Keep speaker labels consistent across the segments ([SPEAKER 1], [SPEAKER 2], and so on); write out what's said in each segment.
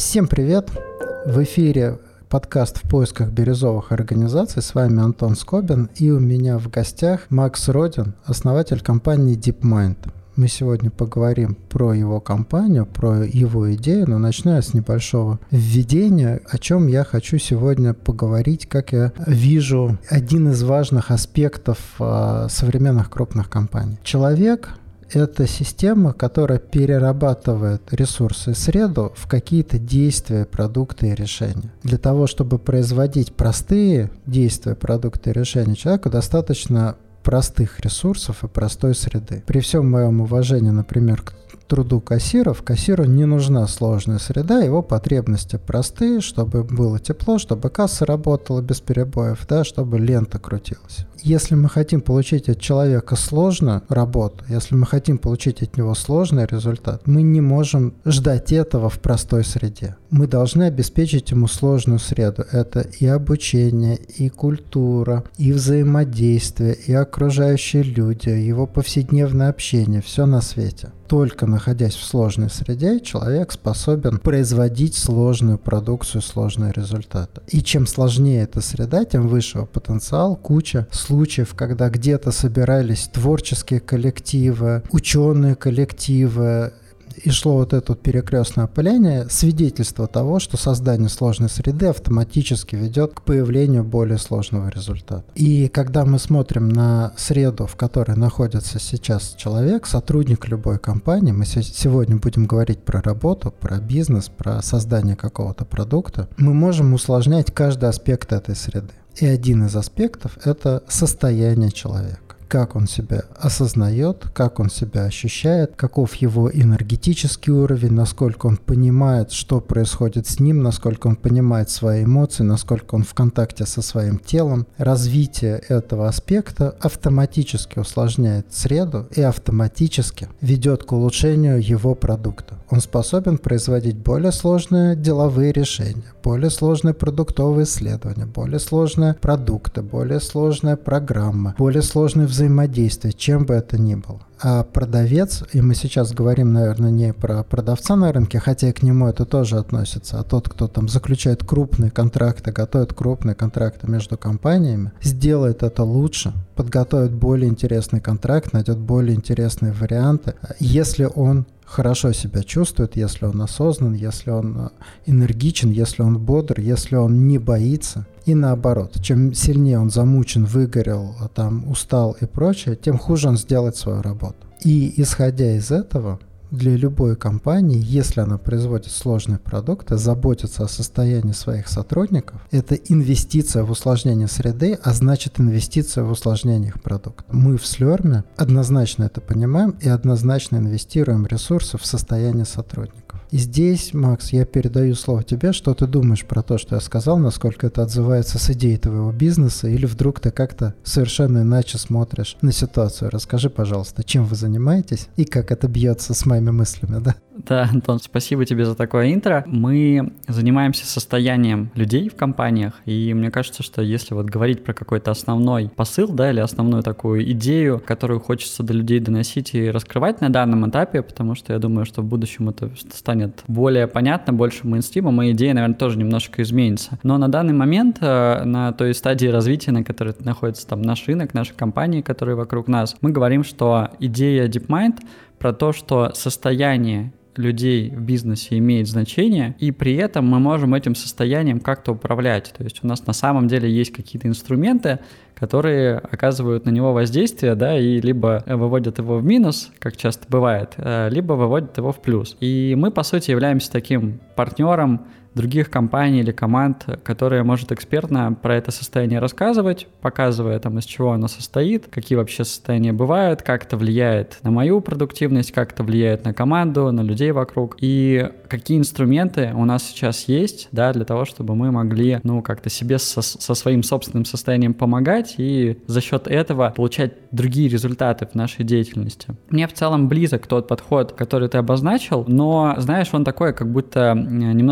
[SPEAKER 1] Всем привет! В эфире подкаст «В поисках бирюзовых организаций». С вами Антон Скобин, и у меня в гостях Макс Родин, основатель компании DeepMind. Мы сегодня поговорим про его компанию, про его идею, но начну я с небольшого введения, о чем я хочу сегодня поговорить, как я вижу один из важных аспектов современных крупных компаний. Человек — это система, которая перерабатывает ресурсы и среду в какие-то действия, продукты и решения. Для того, чтобы производить простые действия, продукты и решения, человеку достаточно простых ресурсов и простой среды. При всем моем уважении, например, к труду кассиров, кассиру не нужна сложная среда, его потребности простые, чтобы было тепло, чтобы касса работала без перебоев, да, чтобы лента крутилась. Если мы хотим получить от человека сложную работу, если мы хотим получить от него сложный результат, мы не можем ждать этого в простой среде. Мы должны обеспечить ему сложную среду. Это и обучение, и культура, и взаимодействие, и окружающие люди, его повседневное общение, все на свете. Только находясь в сложной среде, человек способен производить сложную продукцию, сложные результаты. И чем сложнее эта среда, тем выше его потенциал. Куча случаев, когда где-то собирались творческие коллективы, ученые коллективы, и шло вот это перекрестное опыление, свидетельство того, что создание сложной среды автоматически ведет к появлению более сложного результата. И когда мы смотрим на среду, в которой находится сейчас человек, сотрудник любой компании, мы сегодня будем говорить про работу, про бизнес, про создание какого-то продукта, мы можем усложнять каждый аспект этой среды. И один из аспектов – это состояние человека. Как он себя осознает, как он себя ощущает, каков его энергетический уровень, насколько он понимает, что происходит с ним, насколько он понимает свои эмоции, насколько он в контакте со своим телом. Развитие этого аспекта автоматически усложняет среду и автоматически ведет к улучшению его продукта. Он способен производить более сложные деловые решения, более сложные продуктовые исследования, более сложные продукты, более сложная программа, более сложные взаимодействия, чем бы это ни было. А продавец, и мы сейчас говорим, наверное, не про продавца на рынке, хотя и к нему это тоже относится, а тот, кто там заключает крупные контракты, готовит крупные контракты между компаниями, сделает это лучше, подготовит более интересный контракт, найдет более интересные варианты, если он хорошо себя чувствует, если он осознан, если он энергичен, если он бодр, если он не боится. И наоборот, чем сильнее он замучен, выгорел, там, устал и прочее, тем хуже он сделает свою работу. И исходя из этого, для любой компании, если она производит сложные продукты, заботиться о состоянии своих сотрудников – это инвестиция в усложнение среды, а значит инвестиция в усложнение их продукта. Мы в Slurm однозначно это понимаем и однозначно инвестируем ресурсы в состояние сотрудников. И здесь, Макс, я передаю слово тебе, что ты думаешь про то, что я сказал, насколько это отзывается с идеей твоего бизнеса, или вдруг ты как-то совершенно иначе смотришь на ситуацию. Расскажи, пожалуйста, чем вы занимаетесь и как это бьется с моими мыслями, да?
[SPEAKER 2] Да, Антон, спасибо тебе за такое интро. Мы занимаемся состоянием людей в компаниях, и мне кажется, что если вот говорить про какой-то основной посыл, да, или основную такую идею, которую хочется до людей доносить и раскрывать на данном этапе, потому что я думаю, что в будущем это станет более понятно, больше мейнстримом, и идея, наверное, тоже немножко изменится. Но на данный момент, на той стадии развития, на которой находится там наш рынок, наши компании, которые вокруг нас, мы говорим, что идея DeepMind про то, что состояние людей в бизнесе имеет значение, и при этом мы можем этим состоянием как-то управлять. То есть у нас на самом деле есть какие-то инструменты, которые оказывают на него воздействие, да, и либо выводят его в минус, как часто бывает, либо выводят его в плюс. И мы, по сути, являемся таким партнером других компаний или команд, которые может экспертно про это состояние рассказывать, показывая там, из чего оно состоит, какие вообще состояния бывают, как это влияет на мою продуктивность, как это влияет на команду, на людей вокруг, и какие инструменты у нас сейчас есть, да, для того, чтобы мы могли, как-то себе со своим собственным состоянием помогать и за счет этого получать другие результаты в нашей деятельности. Мне в целом близок тот подход, который ты обозначил, но, знаешь, он такой, как будто немножко практический,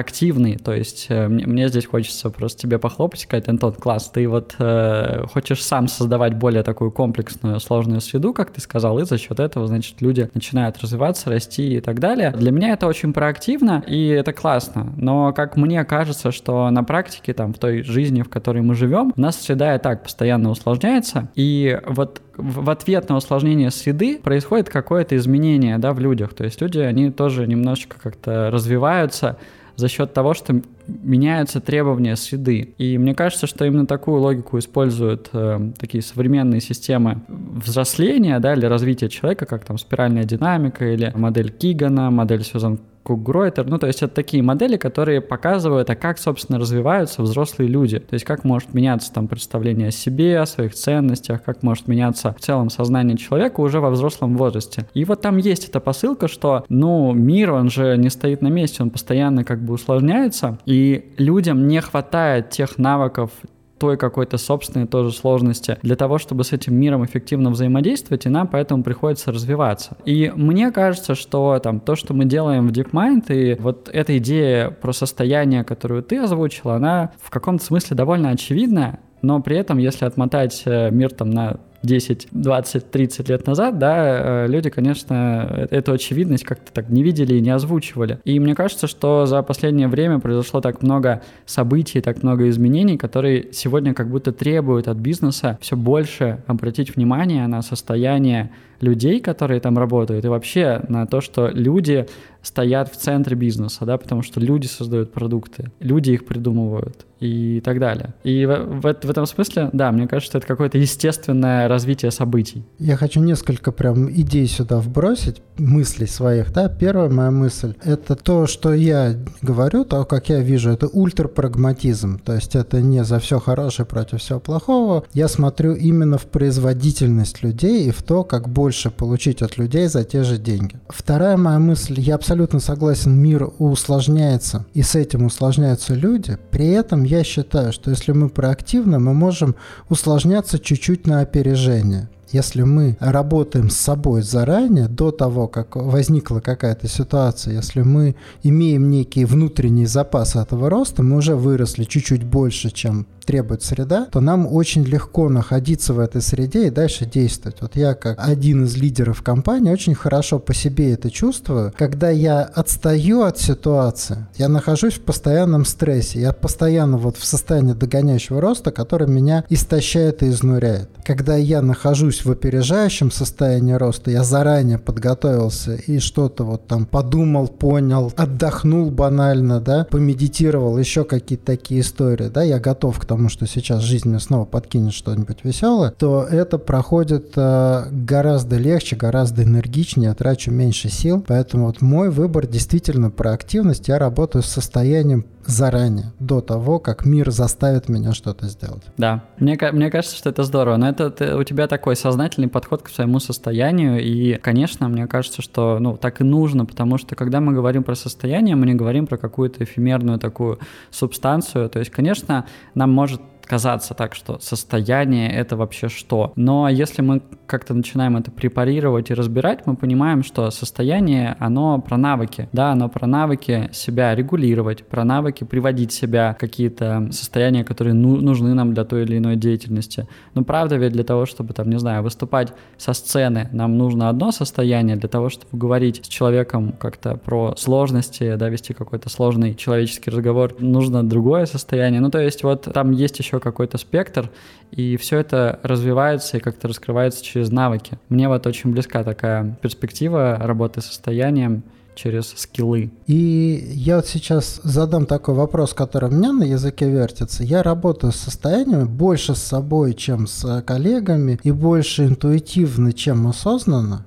[SPEAKER 2] проактивный, то есть мне здесь хочется просто тебе похлопать и сказать: Антон, класс, ты вот хочешь сам создавать более такую комплексную, сложную среду, как ты сказал, и за счет этого, значит, люди начинают развиваться, расти и так далее. Для меня это очень проактивно, и это классно, но как мне кажется, что на практике, там, в той жизни, в которой мы живем, у нас среда и так постоянно усложняется, и вот в ответ на усложнение среды происходит какое-то изменение, да, в людях. То есть люди, они тоже немножечко как-то развиваются за счет того, что меняются требования среды. И мне кажется, что именно такую логику используют такие современные системы взросления, да, или развития человека, как там спиральная динамика или модель Кигана, модель Сьюзан Кук-Гройтер. Ну, то есть это такие модели, которые показывают, а как, собственно, развиваются взрослые люди. То есть как может меняться там представление о себе, о своих ценностях, как может меняться в целом сознание человека уже во взрослом возрасте. И вот там есть эта посылка, что, ну, мир, он же не стоит на месте, он постоянно как бы усложняется, и людям не хватает тех навыков, той какой-то собственной тоже сложности для того, чтобы с этим миром эффективно взаимодействовать, и нам поэтому приходится развиваться. И мне кажется, что там то, что мы делаем в DeepMind, и вот эта идея про состояние, которую ты озвучила, она в каком-то смысле довольно очевидная, но при этом, если отмотать мир там на 10, 20, 30 лет назад, да, люди, конечно, эту очевидность как-то так не видели и не озвучивали. И мне кажется, что за последнее время произошло так много событий, так много изменений, которые сегодня как будто требуют от бизнеса все больше обратить внимание на состояние людей, которые там работают, и вообще на то, что люди стоят в центре бизнеса, да, потому что люди создают продукты, люди их придумывают и так далее. И в этом смысле, да, мне кажется, что это какое-то естественное развитие событий.
[SPEAKER 1] Я хочу несколько прям идей сюда вбросить, мыслей своих, да. Первая моя мысль — это то, что я говорю, то, как я вижу, это ультрапрагматизм, то есть это не за все хорошее против всего плохого. Я смотрю именно в производительность людей и в то, как больше получить от людей за те же деньги. Вторая моя мысль: я абсолютно согласен, мир усложняется, и с этим усложняются люди. При этом я считаю, что если мы проактивны, мы можем усложняться чуть-чуть на опережение. Если мы работаем с собой заранее, до того, как возникла какая-то ситуация, если мы имеем некие внутренние запасы этого роста, мы уже выросли чуть-чуть больше, чем требует среда, то нам очень легко находиться в этой среде и дальше действовать. Вот я, как один из лидеров компании, очень хорошо по себе это чувствую. Когда я отстаю от ситуации, я нахожусь в постоянном стрессе, я постоянно вот в состоянии догоняющего роста, который меня истощает и изнуряет. Когда я нахожусь в опережающем состоянии роста, я заранее подготовился и что-то вот там подумал, понял, отдохнул банально, да, помедитировал, еще какие-то такие истории, да, я готов к тому, что сейчас жизнь мне снова подкинет что-нибудь веселое, то это проходит гораздо легче, гораздо энергичнее, я трачу меньше сил. Поэтому вот мой выбор действительно про активность. Я работаю с состоянием заранее, до того, как мир заставит меня что-то сделать.
[SPEAKER 2] Да, мне кажется, что это здорово, но это у тебя такой сознательный подход к своему состоянию, и, конечно, мне кажется, что так и нужно, потому что, когда мы говорим про состояние, мы не говорим про какую-то эфемерную такую субстанцию, то есть, конечно, нам может казаться так, что состояние — это вообще что. Но если мы как-то начинаем это препарировать и разбирать, мы понимаем, что состояние, оно про навыки. Да, оно про навыки себя регулировать, про навыки приводить себя в какие-то состояния, которые нужны нам для той или иной деятельности. Но правда ведь для того, чтобы, выступать со сцены, нам нужно одно состояние, для того, чтобы говорить с человеком как-то про сложности, да, вести какой-то сложный человеческий разговор, нужно другое состояние. То есть вот там есть еще какой-то спектр, и все это развивается и как-то раскрывается через навыки. Мне вот очень близка такая перспектива работы с состоянием через скиллы.
[SPEAKER 1] И я вот сейчас задам такой вопрос, который у меня на языке вертится. Я работаю с состояниями больше с собой, чем с коллегами, и больше интуитивно, чем осознанно.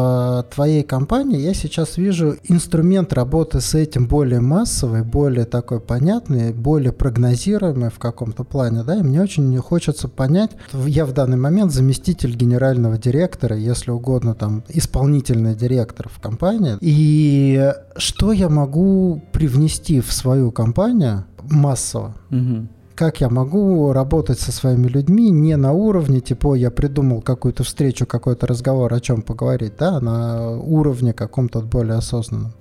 [SPEAKER 1] В твоей компании я сейчас вижу инструмент работы с этим более массовый, более такой понятный, более прогнозируемый в каком-то плане, да, и мне очень хочется понять, я в данный момент заместитель генерального директора, если угодно, исполнительный директор в компании, и что я могу привнести в свою компанию массово, как я могу работать со своими людьми не на уровне, типа, я придумал какую-то встречу, какой-то разговор, о чем поговорить, да, а на уровне каком-то более осознанном?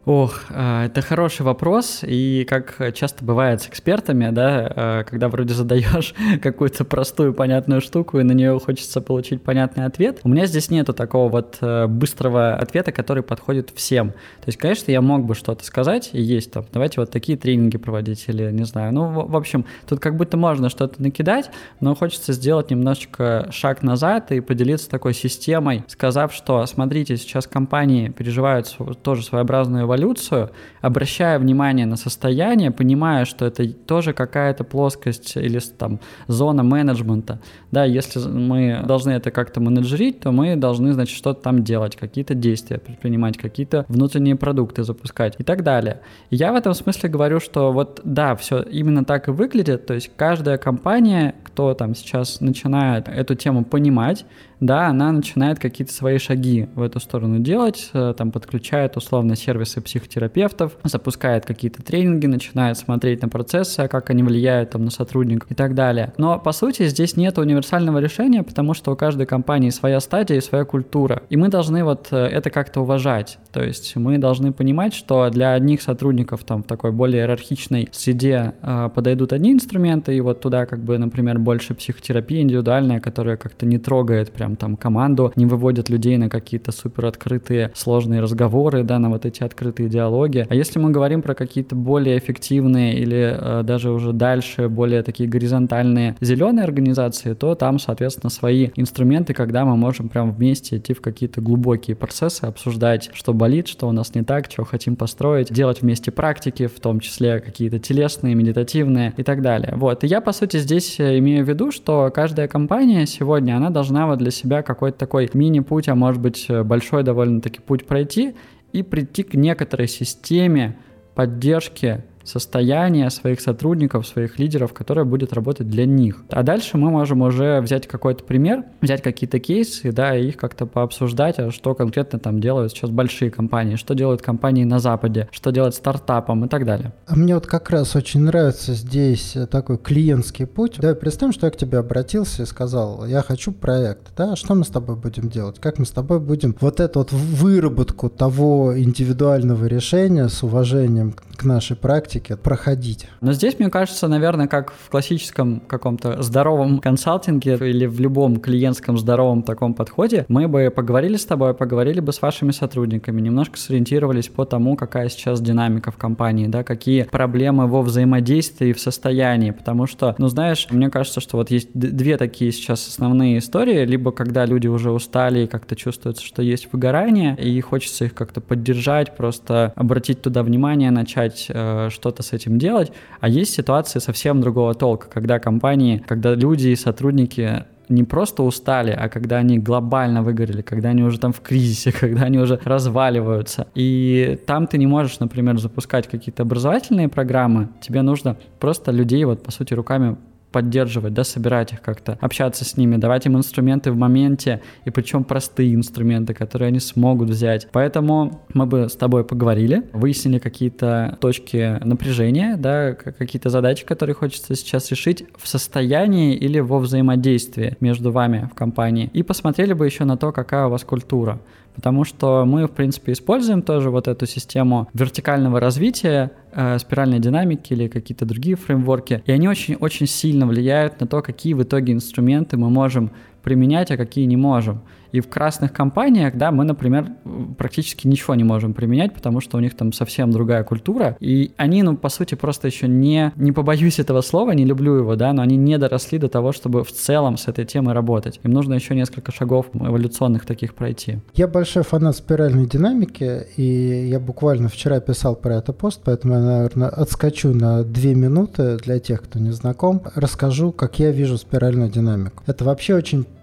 [SPEAKER 2] Это хороший вопрос, и как часто бывает с экспертами, да, когда вроде задаешь какую-то простую, понятную штуку, и на нее хочется получить понятный ответ, у меня здесь нету такого вот быстрого ответа, который подходит всем. То есть, конечно, я мог бы что-то сказать, и есть там, давайте вот такие тренинги проводить, или не знаю, в общем, тут как будто можно что-то накидать, но хочется сделать немножечко шаг назад и поделиться такой системой, сказав, что, смотрите, сейчас компании переживают тоже своеобразную эволюцию, обращая внимание на состояние, понимая, что это тоже какая-то плоскость или там зона менеджмента. Да, если мы должны это как-то менеджерить, то мы должны, значит, что-то там делать, какие-то действия предпринимать, какие-то внутренние продукты запускать и так далее. И я в этом смысле говорю, что вот да, все именно так и выглядит, то есть каждая компания, кто там сейчас начинает эту тему понимать, да, она начинает какие-то свои шаги в эту сторону делать, там подключает условно сервисы психотерапевтов, запускает какие-то тренинги, начинает смотреть на процессы, как они влияют там на сотрудников и так далее. Но по сути здесь нет универсального решения, потому что у каждой компании своя стадия и своя культура. И мы должны вот это как-то уважать. То есть мы должны понимать, что для одних сотрудников там в такой более иерархичной среде подойдут одни инструменты, и вот туда как бы, например, больше психотерапия индивидуальная, которая как-то не трогает прям там команду, не выводит людей на какие-то супер открытые сложные разговоры, да, на вот эти открытые диалоги. А если мы говорим про какие-то более эффективные или даже уже дальше более такие горизонтальные зеленые организации, то там, соответственно, свои инструменты, когда мы можем прям вместе идти в какие-то глубокие процессы, обсуждать, что болит, что у нас не так, что хотим построить, делать вместе практики, в том числе какие-то телесные, медитативные и так далее. Вот. И я, по сути, здесь имею в виду, что каждая компания сегодня, она должна вот для себя какой-то такой мини-путь, а может быть большой довольно-таки путь пройти и прийти к некоторой системе поддержки состояние своих сотрудников, своих лидеров, которое будет работать для них. А дальше мы можем уже взять какой-то пример, взять какие-то кейсы, да, и их как-то пообсуждать, а что конкретно там делают сейчас большие компании, что делают компании на Западе, что делать стартапам и так далее.
[SPEAKER 1] А мне вот как раз очень нравится здесь такой клиентский путь. Давай представим, что я к тебе обратился и сказал, я хочу проект, да, что мы с тобой будем делать, как мы с тобой будем вот эту вот выработку того индивидуального решения с уважением к нашей практике проходить.
[SPEAKER 2] Но здесь, мне кажется, наверное, как в классическом каком-то здоровом консалтинге или в любом клиентском здоровом таком подходе, мы бы поговорили с тобой, поговорили бы с вашими сотрудниками, немножко сориентировались по тому, какая сейчас динамика в компании, да, какие проблемы во взаимодействии и в состоянии, потому что, ну, знаешь, мне кажется, что вот есть две такие сейчас основные истории, либо когда люди уже устали и как-то чувствуется, что есть выгорание, и хочется их как-то поддержать, просто обратить туда внимание, начать что-то с этим делать, а есть ситуации совсем другого толка, когда компании, когда люди и сотрудники не просто устали, а когда они глобально выгорели, когда они уже там в кризисе, когда они уже разваливаются. И там ты не можешь, например, запускать какие-то образовательные программы, тебе нужно просто людей вот по сути руками поддерживать, да, собирать их как-то, общаться с ними, давать им инструменты в моменте, и причем простые инструменты, которые они смогут взять. Поэтому мы бы с тобой поговорили, выяснили какие-то точки напряжения, да, какие-то задачи, которые хочется сейчас решить в состоянии или во взаимодействии между вами в компании, и посмотрели бы еще на то, какая у вас культура. Потому что мы, в принципе, используем тоже вот эту систему вертикального развития, спиральной динамики или какие-то другие фреймворки, и они очень-очень сильно влияют на то, какие в итоге инструменты мы можем применять, а какие не можем. И в красных компаниях, да, мы, например, практически ничего не можем применять, потому что у них там совсем другая культура, и они, ну, по сути, просто еще не побоюсь этого слова, не люблю его, да, но они не доросли до того, чтобы в целом с этой темой работать. Им нужно еще несколько шагов эволюционных таких пройти.
[SPEAKER 1] Я большой фанат спиральной динамики, и я буквально вчера писал про это пост, поэтому я, наверное, отскочу на 2 минуты для тех, кто не знаком, расскажу, как я вижу спиральную динамику. Это вообще очень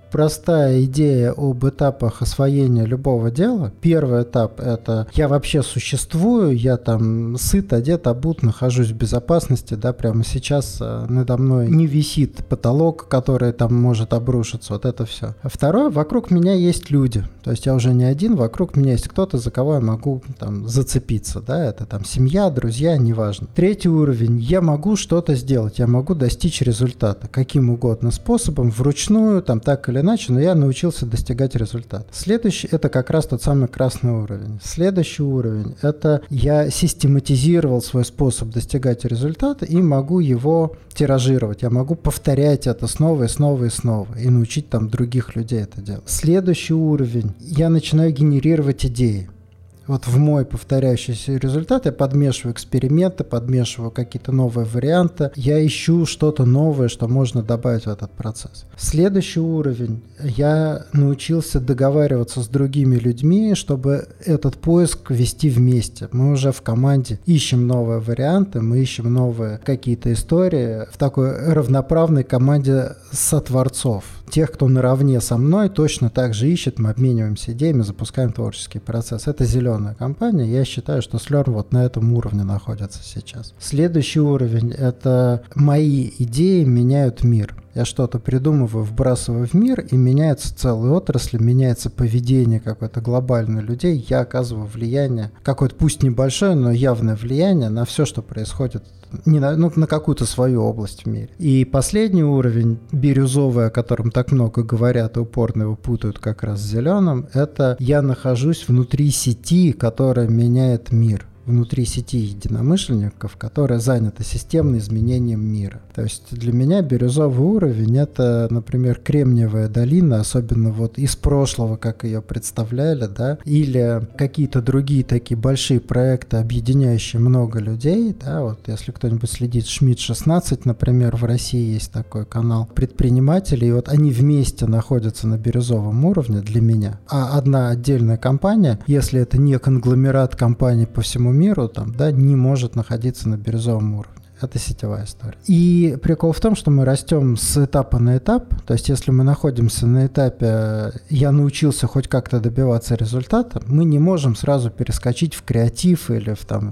[SPEAKER 1] простая идея об этапах освоения любого дела. Первый этап – это я вообще существую, я там сыт, одет, обут, нахожусь в безопасности, да, прямо сейчас надо мной не висит потолок, который там может обрушиться, вот это все. А второе – вокруг меня есть люди, то есть я уже не один, вокруг меня есть кто-то, за кого я могу там зацепиться, да, это там семья, друзья, неважно. Третий уровень – я могу что-то сделать, я могу достичь результата, каким угодно способом, вручную, там так или иначе, но я научился достигать результата. Следующий – это как раз тот самый красный уровень. Следующий уровень – это я систематизировал свой способ достигать результата и могу его тиражировать. Я могу повторять это снова и снова и снова и научить там других людей это делать. Следующий уровень – я начинаю генерировать идеи. Вот в мой повторяющийся результат я подмешиваю эксперименты, подмешиваю какие-то новые варианты, я ищу что-то новое, что можно добавить в этот процесс. Следующий уровень. Я научился договариваться с другими людьми, чтобы этот поиск вести вместе. Мы уже в команде ищем новые варианты, мы ищем новые какие-то истории в такой равноправной команде сотворцов. Тех, кто наравне со мной, точно так же ищет, мы обмениваемся идеями, запускаем творческий процесс. Это зеленая компания. Я считаю, что Slurm вот на этом уровне находится сейчас. Следующий уровень – это мои идеи меняют мир. Я что-то придумываю, вбрасываю в мир, и меняется целая отрасль, меняется поведение какое-то глобальное людей. Я оказываю влияние, какое-то пусть небольшое, но явное влияние на все, что происходит, на какую-то свою область в мире. И последний уровень, бирюзовый, о котором так много говорят и упорно его путают как раз с зеленым, это я нахожусь внутри сети, которая меняет мир. Внутри сети единомышленников, которая занята системным изменением мира. То есть для меня бирюзовый уровень – это, например, Кремниевая долина, особенно вот из прошлого, как ее представляли, да, или какие-то другие такие большие проекты, объединяющие много людей, да, вот если кто-нибудь следит, Шмидт-16, например, в России есть такой канал предпринимателей, и вот они вместе находятся на бирюзовом уровне для меня. А одна отдельная компания, если это не конгломерат компаний по всему миру, там, да, не может находиться на бирюзовом уровне. Это сетевая история. И прикол в том, что мы растем с этапа на этап. То есть, если мы находимся на этапе «я научился хоть как-то добиваться результата», мы не можем сразу перескочить в креатив или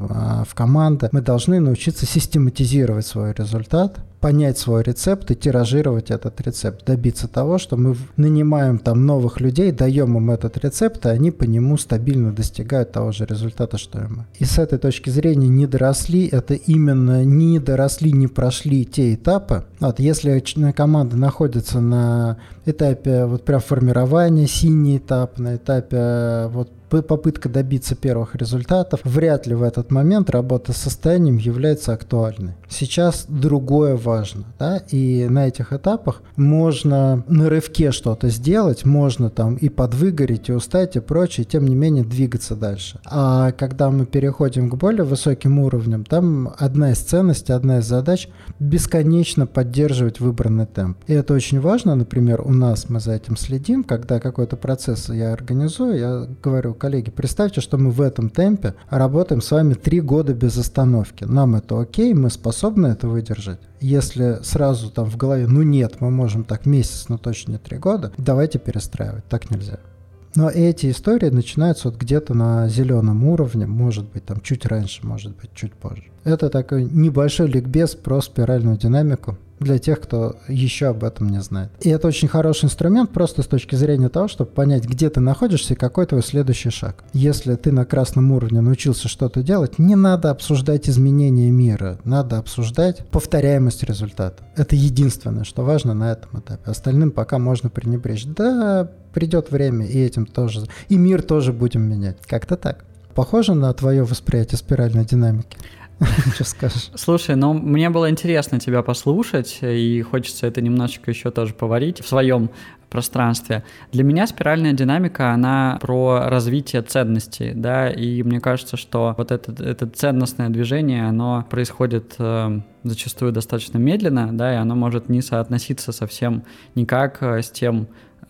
[SPEAKER 1] в команды. Мы должны научиться систематизировать свой результат, понять свой рецепт и тиражировать этот рецепт. Добиться того, что мы нанимаем там новых людей, даем им этот рецепт, и они по нему стабильно достигают того же результата, что и мы. И с этой точки зрения не доросли, это именно не доросли, не прошли те этапы. Вот, если команда находится на этапе вот прям формирования, синий этап, на этапе вот попытка добиться первых результатов, вряд ли в этот момент работа с состоянием является актуальной. Сейчас другое важно, да, и на этих этапах можно на рывке что-то сделать, можно там и подвыгореть, и устать, и прочее, и тем не менее двигаться дальше. А когда мы переходим к более высоким уровням, там одна из ценностей, одна из задач бесконечно поддерживать выбранный темп. И это очень важно, например, у нас мы за этим следим, когда какой-то процесс я организую, я говорю: коллеги, представьте, что мы в этом темпе работаем с вами 3 года без остановки. Нам это окей, мы способны это выдержать. Если сразу там в голове, нет, мы можем так месяц, но точно не 3 года, давайте перестраивать, так нельзя. Но эти истории начинаются вот где-то на зеленом уровне, может быть, там чуть раньше, может быть, чуть позже. Это такой небольшой ликбез про спиральную динамику для тех, кто еще об этом не знает. И это очень хороший инструмент просто с точки зрения того, чтобы понять, где ты находишься и какой твой следующий шаг. Если ты на красном уровне научился что-то делать, не надо обсуждать изменения мира, надо обсуждать повторяемость результата. Это единственное, что важно на этом этапе. Остальным пока можно пренебречь. Да, придет время, и этим тоже, и мир тоже будем менять. Как-то так. Похоже на твое восприятие спиральной динамики? Что скажешь?
[SPEAKER 2] Слушай, мне было интересно тебя послушать, и хочется это немножечко еще тоже поварить в своем пространстве. Для меня спиральная динамика, она про развитие ценностей, да, и мне кажется, что вот это ценностное движение, оно происходит зачастую достаточно медленно, да, и оно может не соотноситься совсем никак с тем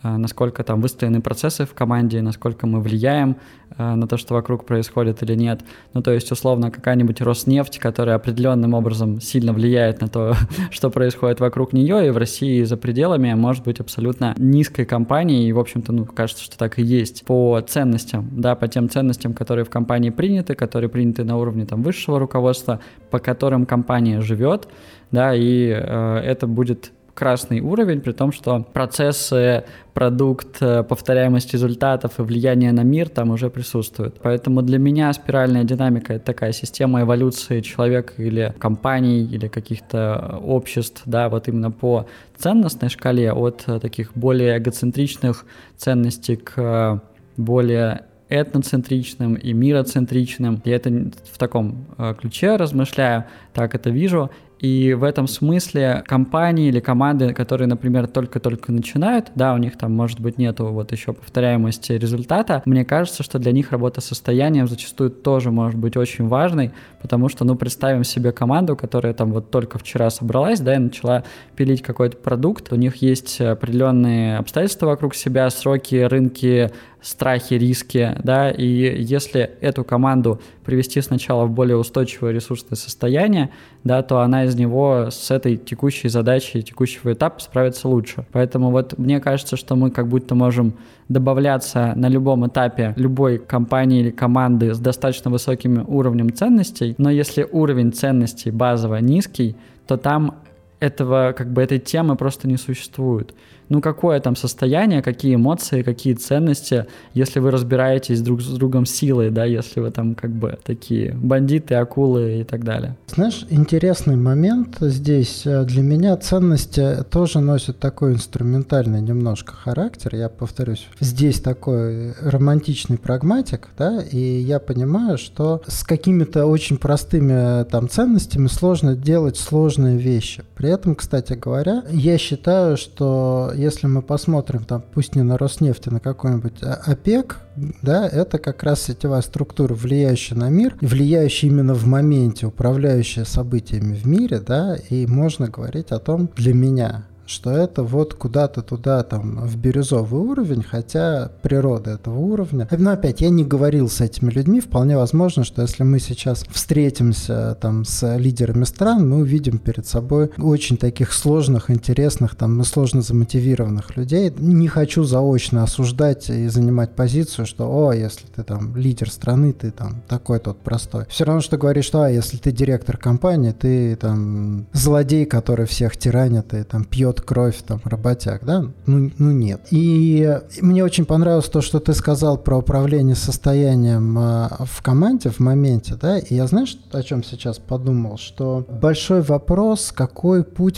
[SPEAKER 2] насколько там выстроены процессы в команде, насколько мы влияем на то, что вокруг происходит или нет. Ну, то есть, условно, какая-нибудь Роснефть, которая определенным образом сильно влияет на то, что происходит вокруг нее, и в России за пределами может быть абсолютно низкой компанией, и, в общем-то, ну, кажется, что так и есть по ценностям, да, по тем ценностям, которые в компании приняты, которые приняты на уровне там высшего руководства, по которым компания живет, да, и это будет красный уровень, при том, что процессы, продукт, повторяемость результатов и влияние на мир там уже присутствуют. Поэтому для меня спиральная динамика — это такая система эволюции человека или компаний, или каких-то обществ, да, вот именно по ценностной шкале от таких более эгоцентричных ценностей к более этноцентричным и мироцентричным. Я это в таком ключе размышляю, так это вижу. И в этом смысле компании или команды, которые, например, только-только начинают, да, у них там, может быть, нету вот еще повторяемости результата, мне кажется, что для них работа с состоянием зачастую тоже может быть очень важной, потому что, ну, представим себе команду, которая там вот только вчера собралась, да, и начала пилить какой-то продукт, у них есть определенные обстоятельства вокруг себя, сроки, рынки, страхи, риски, да, и если эту команду привести сначала в более устойчивое ресурсное состояние, да, то она из него с этой текущей задачей, текущего этапа справится лучше. Поэтому вот мне кажется, что мы как будто можем добавляться на любом этапе любой компании или команды с достаточно высоким уровнем ценностей, но если уровень ценностей базово низкий, то там этой темы просто не существует. Ну, какое там состояние, какие эмоции, какие ценности, если вы разбираетесь друг с другом силой, да, если вы там как бы такие бандиты, акулы и так далее.
[SPEAKER 1] Знаешь, интересный момент здесь. Для меня ценности тоже носят такой инструментальный немножко характер. Я повторюсь, здесь такой романтичный прагматик, да, и я понимаю, что с какими-то очень простыми там ценностями сложно делать сложные вещи. При этом, кстати говоря, я считаю, что если мы посмотрим, там, пусть не на Роснефть, а на какой-нибудь ОПЕК, да, это как раз сетевая структура, влияющая на мир, влияющая именно в моменте, управляющая событиями в мире, да, и можно говорить о том, для меня, что это вот куда-то туда, там, в бирюзовый уровень, хотя природа этого уровня. Но опять, я не говорил с этими людьми, вполне возможно, что если мы сейчас встретимся там с лидерами стран, мы увидим перед собой очень таких сложных, интересных, там, сложно замотивированных людей. Не хочу заочно осуждать и занимать позицию, что, если ты там лидер страны, ты там такой тот простой. Все равно, что говоришь, что, если ты директор компании, ты там злодей, который всех тиранит и там пьет кровь, там, работяг, да? Ну нет. И мне очень понравилось то, что ты сказал про управление состоянием в команде, в моменте, да? И я, знаешь, о чем сейчас подумал? Что большой вопрос, какой путь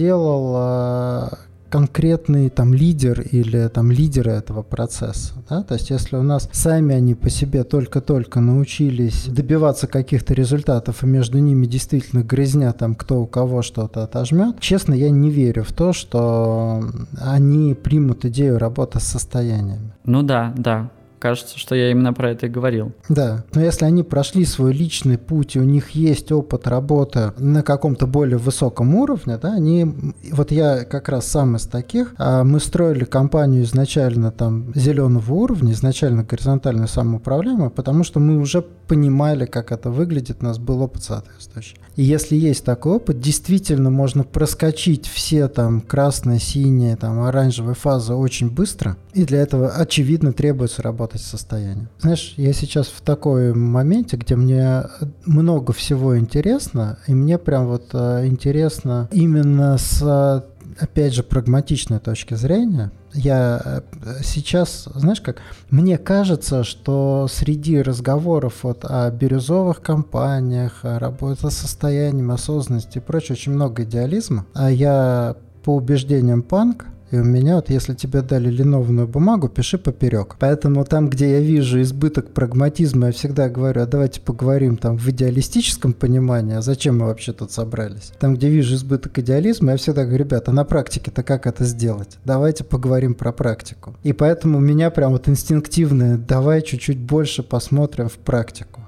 [SPEAKER 1] проделал конкретный там лидер или там лидеры этого процесса, да? То есть если у нас сами они по себе только-только научились добиваться каких-то результатов, и между ними действительно грязня, там кто у кого что-то отожмет, честно, я не верю в то, что они примут идею работы с состояниями.
[SPEAKER 2] Ну да. Кажется, что я именно про это и говорил.
[SPEAKER 1] Да, но если они прошли свой личный путь, и у них есть опыт работы на каком-то более высоком уровне, да, вот я как раз сам из таких, мы строили компанию изначально там зеленого уровня, изначально горизонтально самоуправляемую, потому что мы уже понимали, как это выглядит, у нас был опыт соответствующий. И если есть такой опыт, действительно можно проскочить все там красные, синие, там оранжевые фазы очень быстро, и для этого, очевидно, требуется работать с состоянием. Знаешь, я сейчас в такой моменте, где мне много всего интересно, и мне прям вот интересно именно с, опять же, прагматичной точки зрения. Я сейчас, знаешь как, мне кажется, что среди разговоров вот о бирюзовых компаниях, о работе с состоянием, осознанности и прочее, очень много идеализма, а я по убеждениям панк, и у меня вот, если тебе дали линованную бумагу, пиши поперек. Поэтому там, где я вижу избыток прагматизма, я всегда говорю, а давайте поговорим там в идеалистическом понимании, а зачем мы вообще тут собрались? Там, где вижу избыток идеализма, я всегда говорю, ребята, на практике-то как это сделать? Давайте поговорим про практику. И поэтому у меня прям вот инстинктивное, давай чуть-чуть больше посмотрим в практику.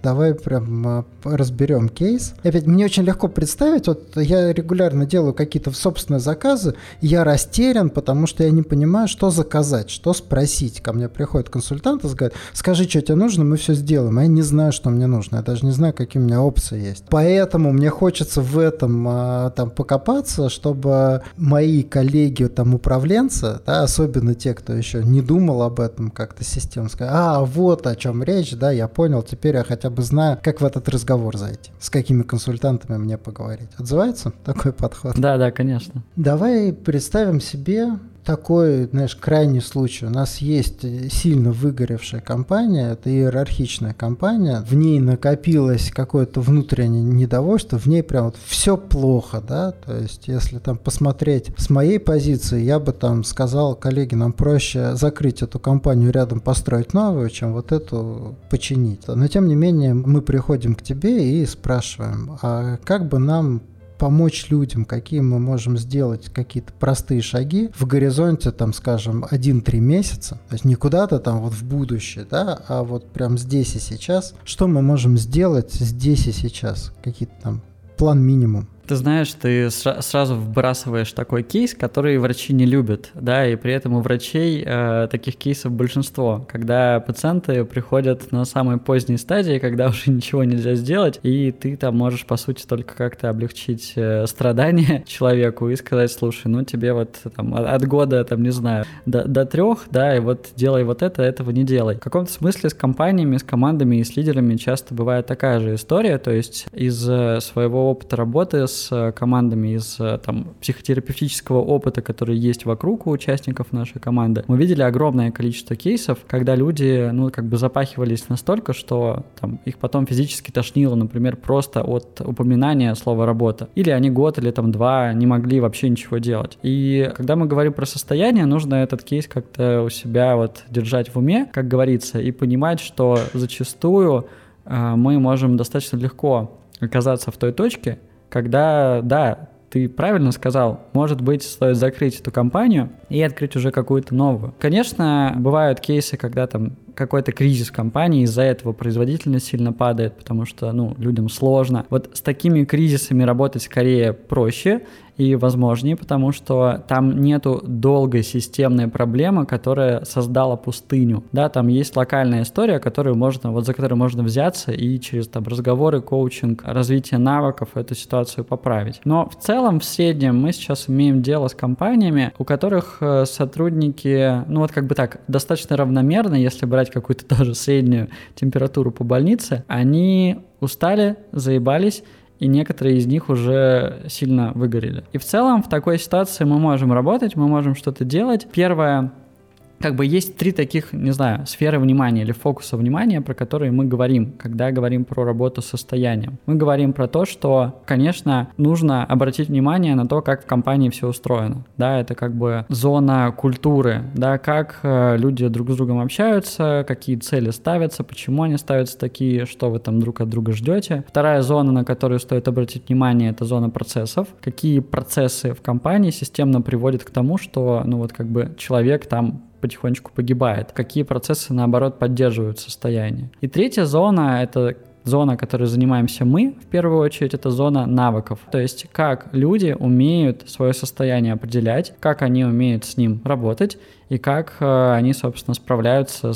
[SPEAKER 1] давай прям разберем кейс. Опять, мне очень легко представить, вот я регулярно делаю какие-то собственные заказы, я растерян, потому что я не понимаю, что заказать, что спросить. Ко мне приходит консультант и говорит, скажи, что тебе нужно, мы все сделаем. А я не знаю, что мне нужно, я даже не знаю, какие у меня опции есть. Поэтому мне хочется в этом там покопаться, чтобы мои коллеги, там, управленцы, да, особенно те, кто еще не думал об этом как-то системно, сказать, вот о чем речь, да, я понял, теперь я хотя бы знаю, как в этот разговор зайти, с какими консультантами мне поговорить. Отзывается такой подход?
[SPEAKER 2] Да, конечно.
[SPEAKER 1] Давай представим себе такой, знаешь, крайний случай. У нас есть сильно выгоревшая компания, это иерархичная компания, в ней накопилось какое-то внутреннее недовольство, в ней прям вот все плохо, да, то есть если там посмотреть с моей позиции, я бы там сказал, коллеги, нам проще закрыть эту компанию, рядом построить новую, чем вот эту починить. Но тем не менее мы приходим к тебе и спрашиваем, а как бы нам помочь людям, какие мы можем сделать какие-то простые шаги в горизонте, там, скажем, 1-3 месяца, то есть не куда-то там вот в будущее, да, а вот прям здесь и сейчас. Что мы можем сделать здесь и сейчас? Какие-то там план минимум.
[SPEAKER 2] Ты знаешь, ты сразу вбрасываешь такой кейс, который врачи не любят, да, и при этом у врачей таких кейсов большинство, когда пациенты приходят на самой поздней стадии, когда уже ничего нельзя сделать, и ты там можешь, по сути, только как-то облегчить страдания человеку и сказать, слушай, ну тебе вот там от года, там, не знаю, до 3, да, и вот делай вот это, этого не делай. В каком-то смысле с компаниями, с командами и с лидерами часто бывает такая же история, то есть из своего опыта работы с командами, из там психотерапевтического опыта, который есть вокруг у участников нашей команды, мы видели огромное количество кейсов, когда люди, ну, как бы запахивались настолько, что там их потом физически тошнило, например, просто от упоминания слова «работа». Или они год или там 2 не могли вообще ничего делать. И когда мы говорим про состояние, нужно этот кейс как-то у себя вот держать в уме, как говорится, и понимать, что зачастую мы можем достаточно легко оказаться в той точке, когда, да, ты правильно сказал, может быть, стоит закрыть эту компанию и открыть уже какую-то новую. Конечно, бывают кейсы, когда там какой-то кризис в компании, из-за этого производительность сильно падает, потому что, ну, людям сложно. Вот с такими кризисами работать скорее проще и возможнее, потому что там нету долгой системной проблемы, которая создала пустыню. Да, там есть локальная история, за которую можно взяться и через там разговоры, коучинг, развитие навыков эту ситуацию поправить. Но в целом, в среднем, мы сейчас имеем дело с компаниями, у которых сотрудники, ну вот как бы так, достаточно равномерно, если брать какую-то тоже среднюю температуру по больнице, они устали, заебались, и некоторые из них уже сильно выгорели. И в целом в такой ситуации мы можем работать, мы можем что-то делать. Первое, как бы есть 3 таких, не знаю, сферы внимания или фокуса внимания, про которые мы говорим, когда говорим про работу с состоянием. Мы говорим про то, что, конечно, нужно обратить внимание на то, как в компании все устроено. Да, это как бы зона культуры, да, как люди друг с другом общаются, какие цели ставятся, почему они ставятся такие, что вы там друг от друга ждете. Вторая зона, на которую стоит обратить внимание, это зона процессов. Какие процессы в компании системно приводят к тому, что, ну вот как бы человек там потихонечку погибает. Какие процессы, наоборот, поддерживают состояние. И третья зона — это зона, которой занимаемся мы, в первую очередь, это зона навыков. То есть как люди умеют свое состояние определять, как они умеют с ним работать и как они, собственно, справляются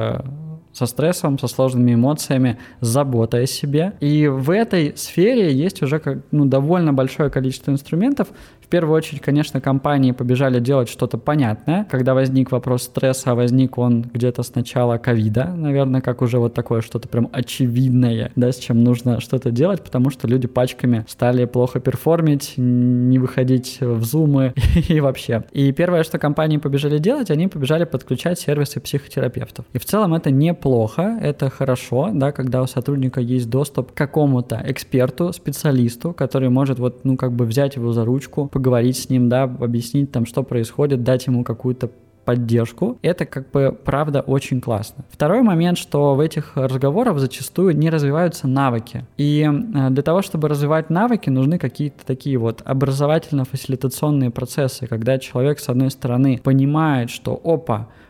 [SPEAKER 2] со стрессом, со сложными эмоциями, с заботой о себе. И в этой сфере есть уже довольно большое количество инструментов. В первую очередь, конечно, компании побежали делать что-то понятное. Когда возник вопрос стресса, возник он где-то с начала ковида, наверное, как уже вот такое что-то прям очевидное, да, с чем нужно что-то делать, потому что люди пачками стали плохо перформить, не выходить в зумы и вообще. И первое, что компании побежали делать, они побежали подключать сервисы психотерапевтов. И в целом это неплохо, это хорошо, да, когда у сотрудника есть доступ к какому-то эксперту, специалисту, который может взять его за ручку, поговорить с ним, да, объяснить там, что происходит, дать ему какую-то поддержку. Это правда очень классно. Второй момент, что в этих разговорах зачастую не развиваются навыки. И для того, чтобы развивать навыки, нужны какие-то такие вот образовательно-фасилитационные процессы, когда человек, с одной стороны, понимает, что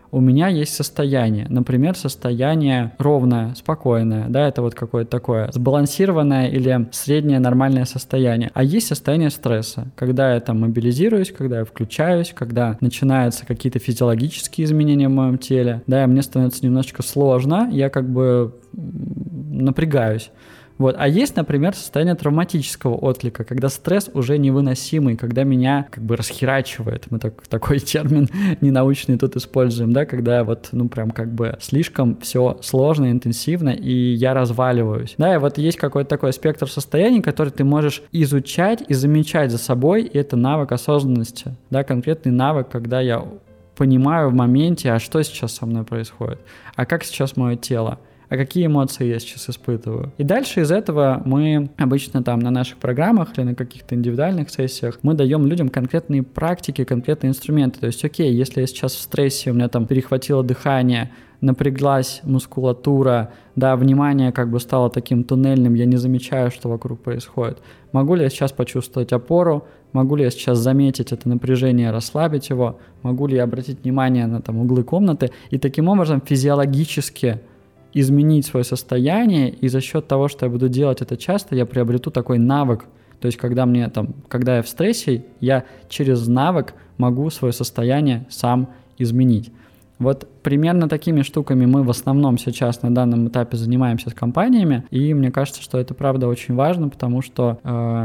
[SPEAKER 2] у меня есть состояние. Например, состояние ровное, спокойное, да, это вот какое-то такое сбалансированное или среднее нормальное состояние. А есть состояние стресса, когда я там мобилизируюсь, когда я включаюсь, когда начинаются какие-то физиологические изменения в моем теле, да, и мне становится немножечко сложно, я как бы напрягаюсь. Вот. А есть, например, состояние травматического отклика, когда стресс уже невыносимый, когда меня как бы расхерачивает. Мы такой термин ненаучный тут используем, да, когда вот, прям как бы слишком все сложно, интенсивно, и я разваливаюсь. Да, и вот есть какой-то такой спектр состояний, который ты можешь изучать и замечать за собой, и это навык осознанности, да, конкретный навык, когда я понимаю в моменте, а что сейчас со мной происходит, а как сейчас мое тело, а какие эмоции я сейчас испытываю. И дальше из этого мы обычно там на наших программах или на каких-то индивидуальных сессиях мы даем людям конкретные практики, конкретные инструменты. То есть, окей, если я сейчас в стрессе, у меня там перехватило дыхание, напряглась мускулатура, да, внимание как бы стало таким туннельным, я не замечаю, что вокруг происходит. Могу ли я сейчас почувствовать опору? Могу ли я сейчас заметить это напряжение, расслабить его? Могу ли я обратить внимание на там углы комнаты? И таким образом физиологически изменить свое состояние, и за счет того, что я буду делать это часто, я приобрету такой навык. То есть, когда я в стрессе, я через навык могу свое состояние сам изменить. Вот примерно такими штуками мы в основном сейчас на данном этапе занимаемся с компаниями, и мне кажется, что это правда очень важно, потому что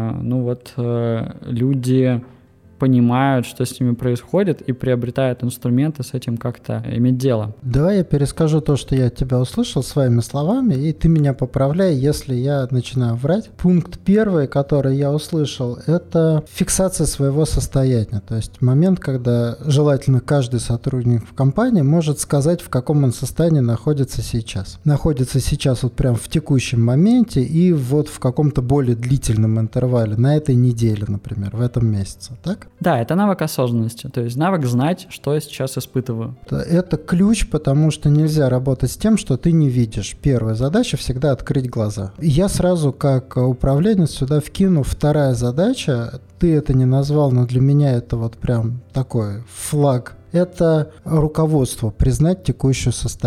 [SPEAKER 2] люди понимают, что с ними происходит, и приобретают инструменты с этим как-то иметь дело.
[SPEAKER 1] Давай я перескажу то, что я от тебя услышал своими словами, и ты меня поправляй, если я начинаю врать. Пункт первый, который я услышал, это фиксация своего состояния. То есть момент, когда желательно каждый сотрудник в компании может сказать, в каком он состоянии находится сейчас. Находится сейчас вот прям в текущем моменте и вот в каком-то более длительном интервале, на этой неделе, например, в этом месяце, так?
[SPEAKER 2] Да, это навык осознанности, то есть навык знать, что я сейчас испытываю.
[SPEAKER 1] Это ключ, потому что нельзя работать с тем, что ты не видишь. Первая задача всегда открыть глаза. Я сразу как управленец сюда вкину вторая задача. Ты это не назвал, но для меня это вот прям такой флаг. Это руководство, признать текущее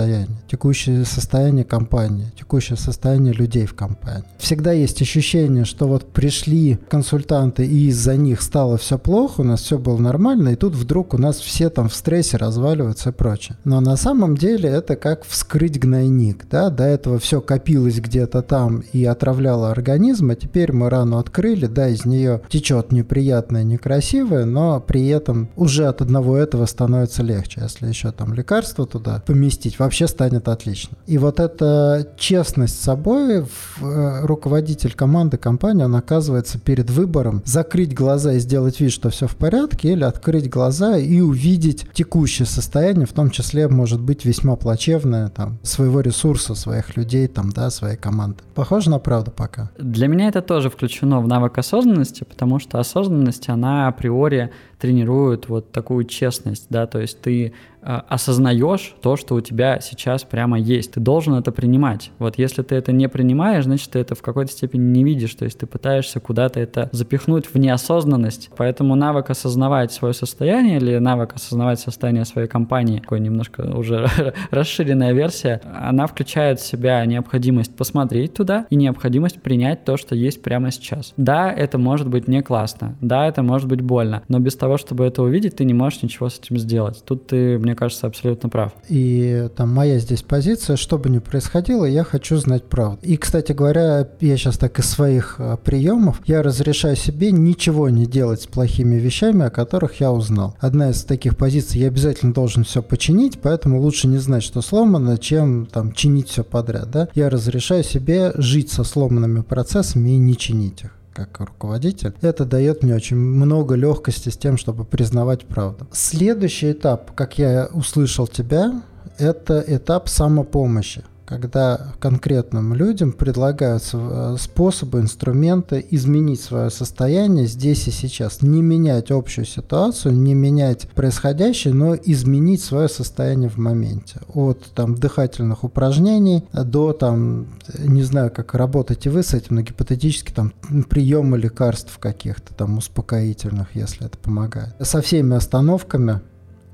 [SPEAKER 1] состояние компании, текущее состояние людей в компании. Всегда есть ощущение, что вот пришли консультанты, и из-за них стало все плохо, у нас все было нормально, и тут вдруг у нас все там в стрессе разваливаются и прочее. Но на самом деле это как вскрыть гнойник, да, до этого все копилось где-то там и отравляло организм, а теперь мы рану открыли, да, из нее течет неприятное, некрасивое, но при этом уже от одного этого становится легче. Если еще там лекарства туда поместить, вообще станет отлично. И вот эта честность с собой, руководитель команды, компании, он оказывается перед выбором закрыть глаза и сделать вид, что все в порядке, или открыть глаза и увидеть текущее состояние, в том числе, может быть, весьма плачевное, там, своего ресурса, своих людей, там, да, своей команды. Похоже на правду пока?
[SPEAKER 2] Для меня это тоже включено в навык осознанности, потому что осознанность, она априори тренирует вот такую честность, да, то есть ты осознаешь то, что у тебя сейчас прямо есть. Ты должен это принимать. Вот если ты это не принимаешь, значит, ты это в какой-то степени не видишь, то есть ты пытаешься куда-то это запихнуть в неосознанность. Поэтому навык осознавать свое состояние или навык осознавать состояние своей компании, такой немножко уже расширенная версия, она включает в себя необходимость посмотреть туда и необходимость принять то, что есть прямо сейчас. Да, это может быть не классно, да, это может быть больно, но без того, чтобы это увидеть, ты не можешь ничего с этим сделать. Тут ты, мне кажется, абсолютно прав.
[SPEAKER 1] И там моя здесь позиция, что бы ни происходило, я хочу знать правду. И, кстати говоря, я сейчас так из своих приемов, я разрешаю себе ничего не делать с плохими вещами, о которых я узнал. Одна из таких позиций, я обязательно должен все починить, поэтому лучше не знать, что сломано, чем там чинить все подряд. Да? Я разрешаю себе жить со сломанными процессами и не чинить их как руководитель. Это дает мне очень много легкости с тем, чтобы признавать правду. Следующий этап, как я услышал тебя, это этап самопомощи, когда конкретным людям предлагаются способы, инструменты изменить свое состояние здесь и сейчас. Не менять общую ситуацию, не менять происходящее, но изменить свое состояние в моменте. От там дыхательных упражнений до там, не знаю, как работаете вы с этим, но гипотетически там приемы лекарств каких-то там успокоительных, если это помогает. Со всеми остановками,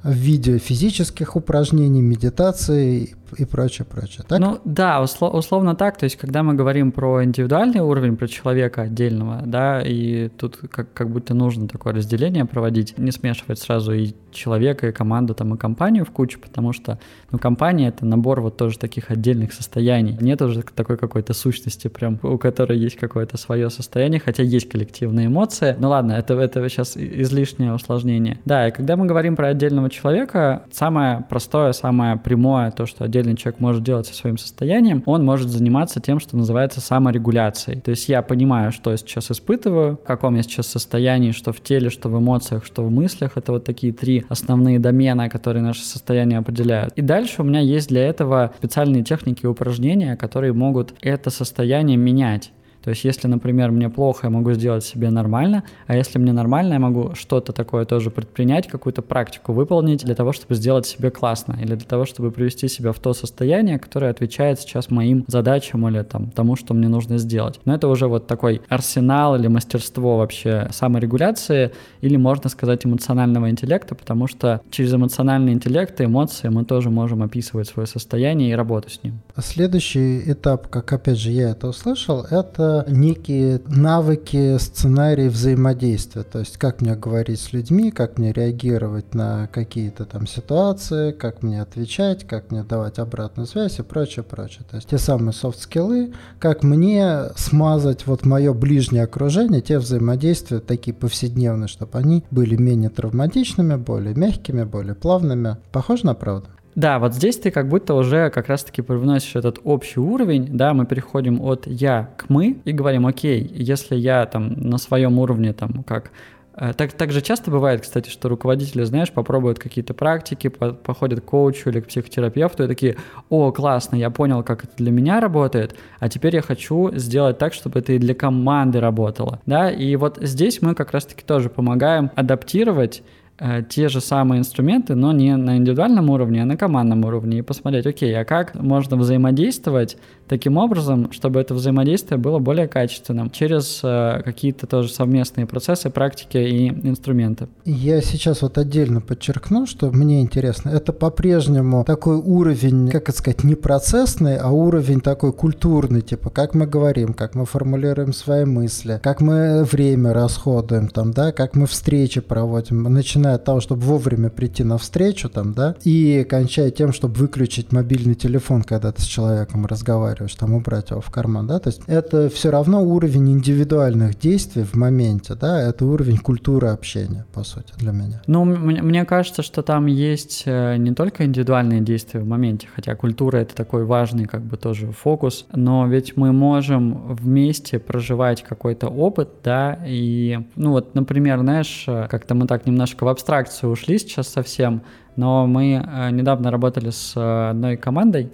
[SPEAKER 1] в виде физических упражнений, медитации и прочее, так?
[SPEAKER 2] Ну да, условно так, то есть когда мы говорим про индивидуальный уровень, про человека отдельного, да, и тут как будто нужно такое разделение проводить, не смешивать сразу и человека, и команду, там, и компанию в кучу, потому что, ну, компания — это набор вот тоже таких отдельных состояний, нет уже такой какой-то сущности прям, у которой есть какое-то свое состояние, хотя есть коллективные эмоции, ну ладно, это сейчас излишнее усложнение. Да, и когда мы говорим про отдельного человека, самое простое, самое прямое, то, что отдельный человек может делать со своим состоянием, он может заниматься тем, что называется саморегуляцией. То есть я понимаю, что я сейчас испытываю, в каком я сейчас состоянии, что в теле, что в эмоциях, что в мыслях. Это вот такие 3 основные домена, которые наше состояние определяют. И дальше у меня есть для этого специальные техники и упражнения, которые могут это состояние менять. То есть, если, например, мне плохо, я могу сделать себе нормально, а если мне нормально, я могу что-то такое тоже предпринять, какую-то практику выполнить для того, чтобы сделать себе классно, или для того, чтобы привести себя в то состояние, которое отвечает сейчас моим задачам или тому, что мне нужно сделать. Но это уже вот такой арсенал или мастерство вообще саморегуляции, или, можно сказать, эмоционального интеллекта, потому что через эмоциональный интеллект и эмоции мы тоже можем описывать свое состояние и работу с ним.
[SPEAKER 1] Следующий этап, как опять же я это услышал, это некие навыки, сценарии взаимодействия. То есть, как мне говорить с людьми, как мне реагировать на какие-то там ситуации, как мне отвечать, как мне давать обратную связь и прочее. То есть, те самые софт-скиллы, как мне смазать вот мое ближнее окружение, те взаимодействия такие повседневные, чтобы они были менее травматичными, более мягкими, более плавными. Похоже на правду?
[SPEAKER 2] Да, вот здесь ты как будто уже как раз-таки привносишь этот общий уровень, да, мы переходим от «я» к «мы» и говорим: окей, если я там на своем уровне там как... Так же часто бывает, кстати, что руководители, знаешь, попробуют какие-то практики, походят к коучу или к психотерапевту и такие: о, классно, я понял, как это для меня работает, а теперь я хочу сделать так, чтобы это и для команды работало, да, и вот здесь мы как раз-таки тоже помогаем адаптировать те же самые инструменты, но не на индивидуальном уровне, а на командном уровне, и посмотреть, окей, а как можно взаимодействовать таким образом, чтобы это взаимодействие было более качественным через какие-то тоже совместные процессы, практики и инструменты.
[SPEAKER 1] Я сейчас вот отдельно подчеркну, что мне интересно, это по-прежнему такой уровень, как это сказать, не процессный, а уровень такой культурный, типа как мы говорим, как мы формулируем свои мысли, как мы время расходуем, там, да, как мы встречи проводим, начиная от того, чтобы вовремя прийти на встречу, там, да, и кончая тем, чтобы выключить мобильный телефон, когда ты с человеком разговариваешь, там, убрать его в карман, да, то есть это все равно уровень индивидуальных действий в моменте, да, это уровень культуры общения, по сути, для меня.
[SPEAKER 2] Ну, мне кажется, что там есть не только индивидуальные действия в моменте, хотя культура — это такой важный как бы тоже фокус, но ведь мы можем вместе проживать какой-то опыт, да, и, ну вот, например, знаешь, как-то мы так немножко в абстракцию ушли сейчас совсем, но мы недавно работали с одной командой,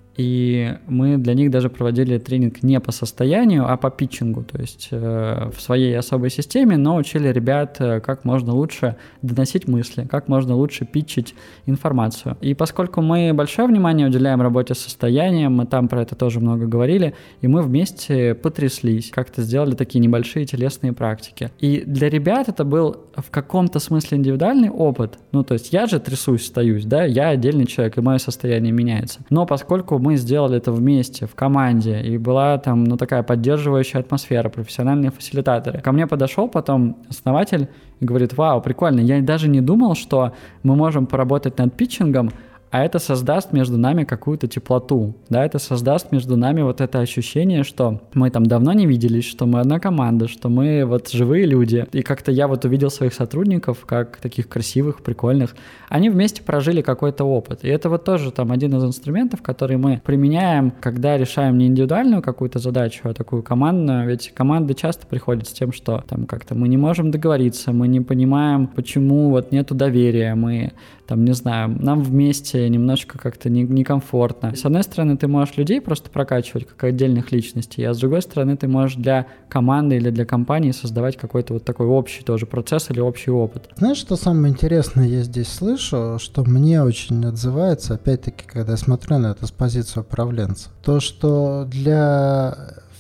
[SPEAKER 2] и мы для них даже проводили тренинг не по состоянию, а по питчингу, то есть в своей особой системе, но учили ребят, как можно лучше доносить мысли, как можно лучше питчить информацию. И поскольку мы большое внимание уделяем работе с состоянием, мы там про это тоже много говорили, и мы вместе потряслись, как-то сделали такие небольшие телесные практики. И для ребят это был в каком-то смысле индивидуальный опыт, ну то есть я же трясусь, стоюсь, да, я отдельный человек, и мое состояние меняется. Но поскольку мы сделали это вместе, в команде, и была там, ну, такая поддерживающая атмосфера, профессиональные фасилитаторы. Ко мне подошел потом основатель и говорит: вау, прикольно, я даже не думал, что мы можем поработать над питчингом, а это создаст между нами какую-то теплоту, да, это создаст между нами вот это ощущение, что мы там давно не виделись, что мы одна команда, что мы вот живые люди. И как-то я вот увидел своих сотрудников как таких красивых, прикольных. Они вместе прожили какой-то опыт. И это вот тоже там один из инструментов, который мы применяем, когда решаем не индивидуальную какую-то задачу, а такую командную. Ведь команды часто приходят с тем, что там как-то мы не можем договориться, мы не понимаем, почему вот нету доверия, мы там, не знаю, нам вместе немножко как-то некомфортно. С одной стороны, ты можешь людей просто прокачивать как отдельных личностей, а с другой стороны, ты можешь для команды или для компании создавать какой-то вот такой общий тоже процесс или общий опыт.
[SPEAKER 1] Знаешь, что самое интересное я здесь слышу, что мне очень отзывается, опять-таки, когда я смотрю на это с позиции управленца? То, что для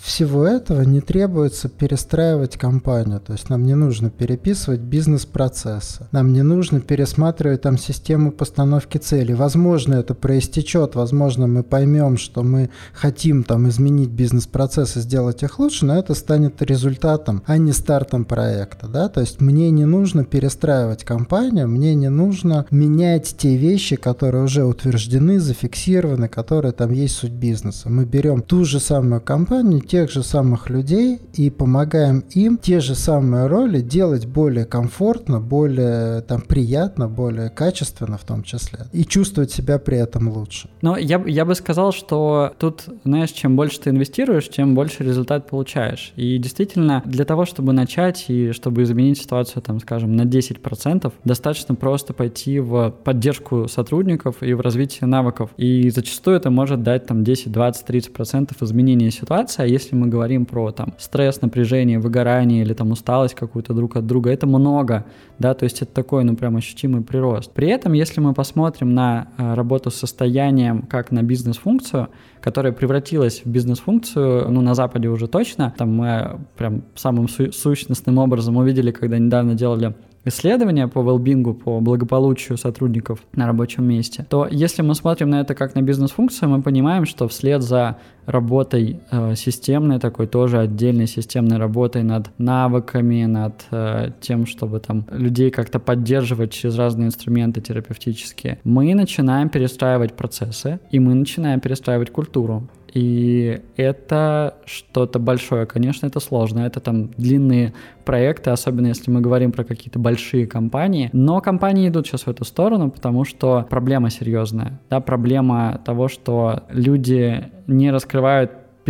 [SPEAKER 1] всего этого не требуется перестраивать компанию, то есть нам не нужно переписывать бизнес-процессы, нам не нужно пересматривать там систему постановки целей. Возможно, это проистечет, возможно, мы поймем, что мы хотим там изменить бизнес-процессы, сделать их лучше, но это станет результатом, а не стартом проекта, да, то есть мне не нужно перестраивать компанию, мне не нужно менять те вещи, которые уже утверждены, зафиксированы, которые там есть суть бизнеса. Мы берем ту же самую компанию, тех же самых людей и помогаем им те же самые роли делать более комфортно, более там приятно, более качественно в том числе, и чувствовать себя при этом лучше.
[SPEAKER 2] Но я бы сказал, что тут, знаешь, чем больше ты инвестируешь, тем больше результат получаешь. И действительно, для того, чтобы начать и чтобы изменить ситуацию, там, скажем, на 10%, достаточно просто пойти в поддержку сотрудников и в развитие навыков. И зачастую это может дать там 10, 20, 30% изменения ситуации. А если мы говорим про там стресс, напряжение, выгорание или там усталость какую-то друг от друга, это много, да, то есть это такой, ну, прям ощутимый прирост. При этом, если мы посмотрим на работу с состоянием как на бизнес-функцию, которая превратилась в бизнес-функцию, ну, на Западе уже точно, там мы прям самым сущностным образом увидели, когда недавно делали исследования по well-being, по благополучию сотрудников на рабочем месте, то если мы смотрим на это как на бизнес-функцию, мы понимаем, что вслед за работой системной, такой тоже отдельной системной работой над навыками, над тем, чтобы там людей как-то поддерживать через разные инструменты терапевтические, мы начинаем перестраивать процессы, и мы начинаем перестраивать культуру. И это что-то большое, конечно, это сложно, это там длинные проекты, особенно если мы говорим про какие-то большие компании, но компании идут сейчас в эту сторону, потому что проблема серьезная, да, проблема того, что люди не раскрывают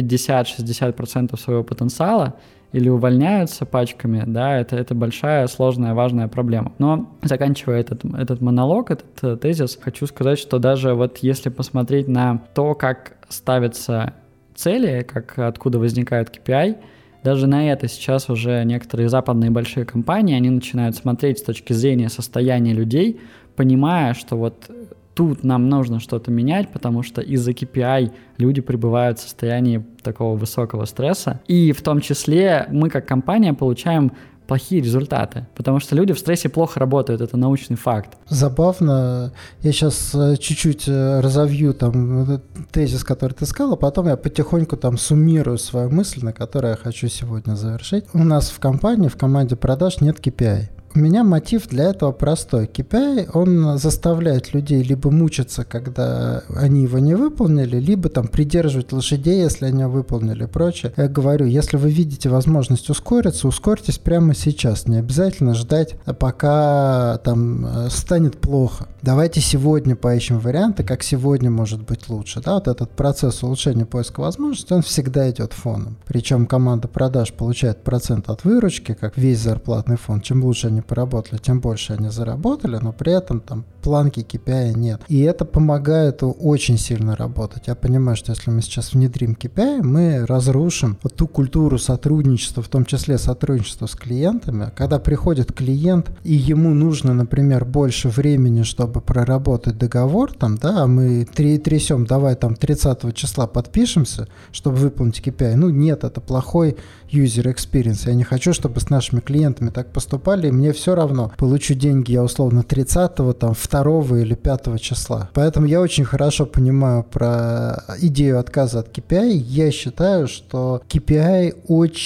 [SPEAKER 2] 50-60% своего потенциала, или увольняются пачками, да, это большая, сложная, важная проблема. Но заканчивая этот монолог, этот тезис, хочу сказать, что даже вот если посмотреть на то, как ставятся цели, откуда возникают KPI, даже на это сейчас уже некоторые западные большие компании, они начинают смотреть с точки зрения состояния людей, понимая, что вот тут нам нужно что-то менять, потому что из-за KPI люди пребывают в состоянии такого высокого стресса. И в том числе мы как компания получаем плохие результаты, потому что люди в стрессе плохо работают, это научный факт.
[SPEAKER 1] Забавно, я сейчас чуть-чуть разовью там тезис, который ты сказал, а потом я потихоньку там суммирую свою мысль, на которой я хочу сегодня завершить. У нас в компании, в команде продаж нет KPI. У меня мотив для этого простой. KPI, он заставляет людей либо мучиться, когда они его не выполнили, либо там придерживать лошадей, если они выполнили и прочее. Я говорю, если вы видите возможность ускориться, ускорьтесь прямо сейчас. Не обязательно ждать, пока там станет плохо. Давайте сегодня поищем варианты, как сегодня может быть лучше. Да, вот этот процесс улучшения поиска возможностей, он всегда идет фоном. Причем команда продаж получает процент от выручки, как весь зарплатный фонд. Чем лучше они поработали, тем больше они заработали, но при этом там планки KPI нет. И это помогает очень сильно работать. Я понимаю, что если мы сейчас внедрим KPI, мы разрушим вот ту культуру сотрудничества, в том числе сотрудничества с клиентами. Когда приходит клиент, и ему нужно, например, больше времени, чтобы проработать договор, там, да, а мы трясем, давай там 30 числа подпишемся, чтобы выполнить KPI. Ну нет, это плохой user experience. Я не хочу, чтобы с нашими клиентами так поступали, и мне все равно. Получу деньги я условно 30-го, там, 2 или 5 числа. Поэтому я очень хорошо понимаю про идею отказа от KPI. Я считаю, что KPI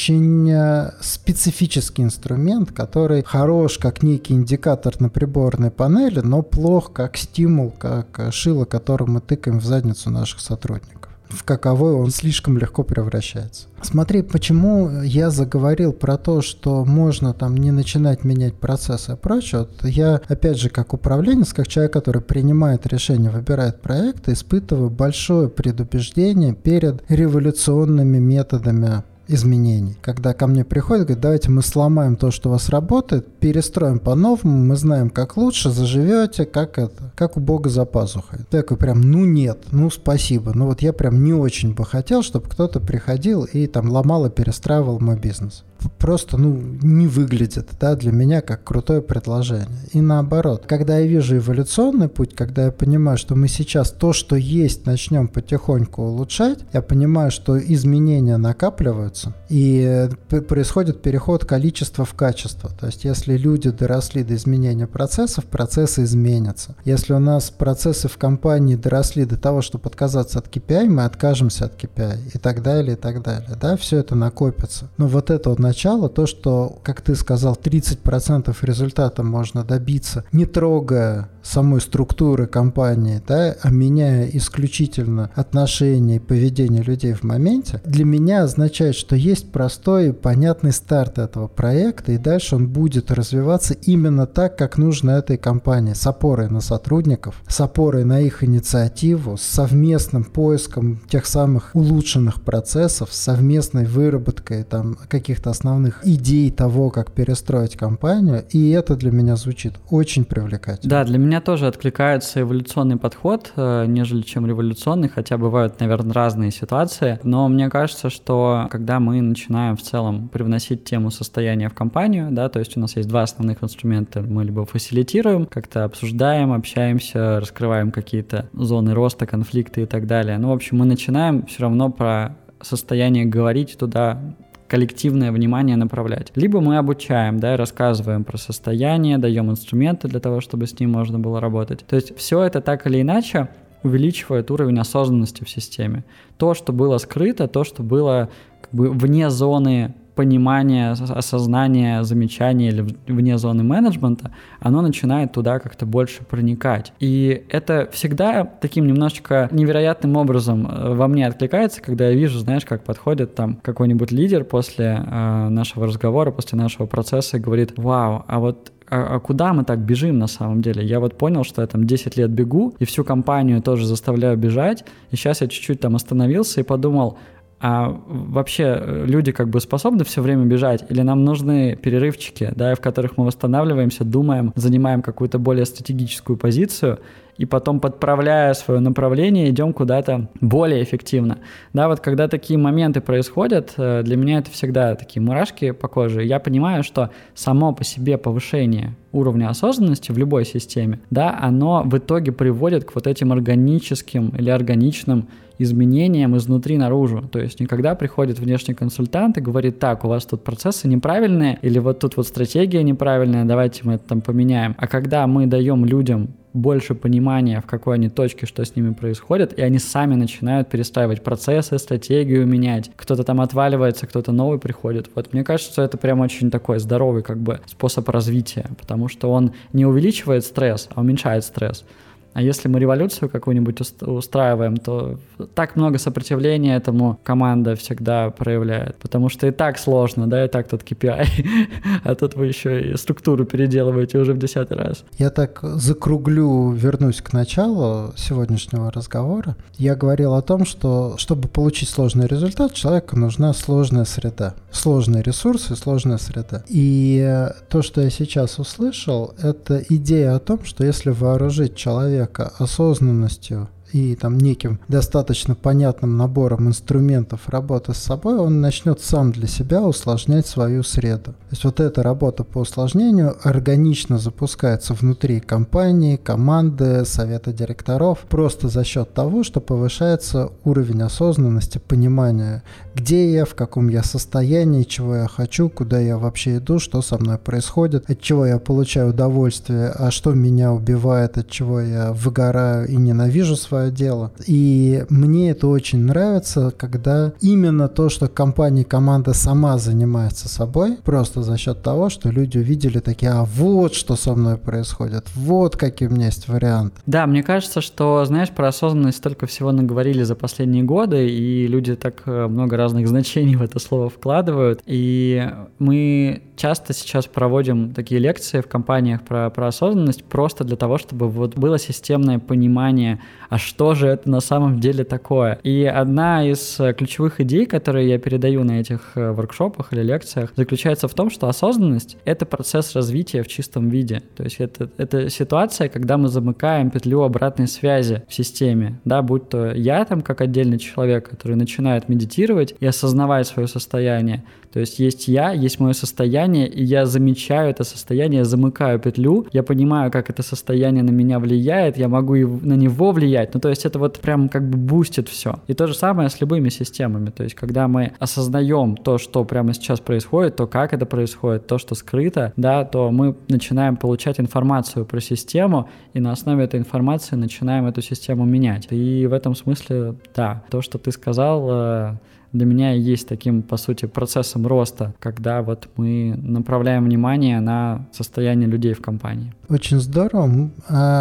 [SPEAKER 1] очень специфический инструмент, который хорош как некий индикатор на приборной панели, но плох как стимул, как шило, которым мы тыкаем в задницу наших сотрудников. В каковой он слишком легко превращается. Смотри, почему я заговорил про то, что можно там не начинать менять процессы и прочее. Вот я, опять же, как управленец, как человек, который принимает решения, выбирает проекты, испытываю большое предубеждение перед революционными методами изменений. Когда ко мне приходят, говорят, давайте мы сломаем то, что у вас работает, перестроим по-новому, мы знаем, как лучше, заживете, как у Бога за пазухой. Такой прям, ну нет, ну спасибо, ну вот я прям не очень бы хотел, чтобы кто-то приходил и там ломал и перестраивал мой бизнес. просто не выглядит, да, для меня как крутое предложение. И наоборот, когда я вижу эволюционный путь, когда я понимаю, что мы сейчас то, что есть, начнем потихоньку улучшать, я понимаю, что изменения накапливаются, и происходит переход количества в качество. То есть если люди доросли до изменения процессов, процессы изменятся. Если у нас процессы в компании доросли до того, чтобы отказаться от KPI, мы откажемся от KPI и так далее, и так далее. Да, все это накопится. Но вот это вот начало, то, что, как ты сказал, 30% результата можно добиться, не трогая самой структуры компании, да, а меняя исключительно отношения и поведение людей в моменте, для меня означает, что есть простой и понятный старт этого проекта, и дальше он будет развиваться именно так, как нужно этой компании, с опорой на сотрудников, с опорой на их инициативу, с совместным поиском тех самых улучшенных процессов, с совместной выработкой там каких-то основных идей того, как перестроить компанию, и это для меня звучит очень привлекательно.
[SPEAKER 2] Да, для меня тоже откликается эволюционный подход, нежели чем революционный, хотя бывают, наверное, разные ситуации, но мне кажется, что когда мы начинаем в целом привносить тему состояния в компанию, да, то есть у нас есть два основных инструмента, мы либо фасилитируем, как-то обсуждаем, общаемся, раскрываем какие-то зоны роста, конфликты и так далее, в общем, мы начинаем все равно про состояние говорить, туда коллективное внимание направлять. Либо мы обучаем, да, рассказываем про состояние, даем инструменты для того, чтобы с ним можно было работать. То есть все это так или иначе увеличивает уровень осознанности в системе. То, что было скрыто, то, что было как бы вне зоны понимания, осознания, замечания или вне зоны менеджмента, оно начинает туда как-то больше проникать. И это всегда таким немножечко невероятным образом во мне откликается, когда я вижу, знаешь, как подходит там какой-нибудь лидер после нашего разговора, после нашего процесса и говорит: «Вау, а куда мы так бежим на самом деле? Я вот понял, что я там 10 лет бегу, и всю компанию тоже заставляю бежать, и сейчас я чуть-чуть там остановился и подумал, а вообще люди как бы способны все время бежать, или нам нужны перерывчики, да, в которых мы восстанавливаемся, думаем, занимаем какую-то более стратегическую позицию, и потом, подправляя свое направление, идем куда-то более эффективно. Да, вот когда такие моменты происходят, для меня это всегда такие мурашки по коже. Я понимаю, что само по себе повышение уровня осознанности в любой системе, да, оно в итоге приводит к вот этим органическим или органичным изменениям изнутри наружу. То есть никогда приходит внешний консультант и говорит: так, у вас тут процессы неправильные, или вот тут вот стратегия неправильная, давайте мы это там поменяем. А когда мы даем людям больше понимания, в какой они точке, что с ними происходит, и они сами начинают перестраивать процессы, стратегию менять. Кто-то там отваливается, кто-то новый приходит. Вот мне кажется, что это прям очень такой здоровый как бы способ развития, потому что он не увеличивает стресс, а уменьшает стресс. А если мы революцию какую-нибудь устраиваем, то так много сопротивления этому команда всегда проявляет, потому что и так сложно, да, и так тут KPI, а тут вы еще и структуру переделываете уже в 10-й раз.
[SPEAKER 1] Я так вернусь к началу сегодняшнего разговора. Я говорил о том, что чтобы получить сложный результат, человеку нужна сложная среда, сложные ресурсы, сложная среда. И то, что я сейчас услышал, это идея о том, что если вооружить человека осознанностью и там неким достаточно понятным набором инструментов работы с собой, он начнет сам для себя усложнять свою среду. То есть вот эта работа по усложнению органично запускается внутри компании, команды, совета директоров, просто за счет того, что повышается уровень осознанности, понимания, где я, в каком я состоянии, чего я хочу, куда я вообще иду, что со мной происходит, от чего я получаю удовольствие, а что меня убивает, от чего я выгораю и ненавижу свое дело. И мне это очень нравится, когда именно то, что компания, команда сама занимается собой, просто за счет того, что люди увидели такие: а вот что со мной происходит, вот какие у меня есть варианты.
[SPEAKER 2] Да, мне кажется, что, знаешь, про осознанность столько всего наговорили за последние годы, и люди так много разных значений в это слово вкладывают, и мы часто сейчас проводим такие лекции в компаниях про осознанность просто для того, чтобы вот было системное понимание, а что же это на самом деле такое. И одна из ключевых идей, которые я передаю на этих воркшопах или лекциях, заключается в том, что осознанность — это процесс развития в чистом виде. То есть это ситуация, когда мы замыкаем петлю обратной связи в системе, да, будь то я там как отдельный человек, который начинает медитировать и осознавать свое состояние. То есть я, есть мое состояние, и я замечаю это состояние, замыкаю петлю, я понимаю, как это состояние на меня влияет, я могу на него влиять. Ну, то есть это вот прям как бы бустит все. И то же самое с любыми системами. То есть когда мы осознаем то, что прямо сейчас происходит, то, как это происходит, то, что скрыто, да, то мы начинаем получать информацию про систему, и на основе этой информации начинаем эту систему менять. И в этом смысле, да, то, что ты сказал, для меня и есть таким, по сути, процессом роста, когда вот мы направляем внимание на состояние людей в компании.
[SPEAKER 1] Очень здорово.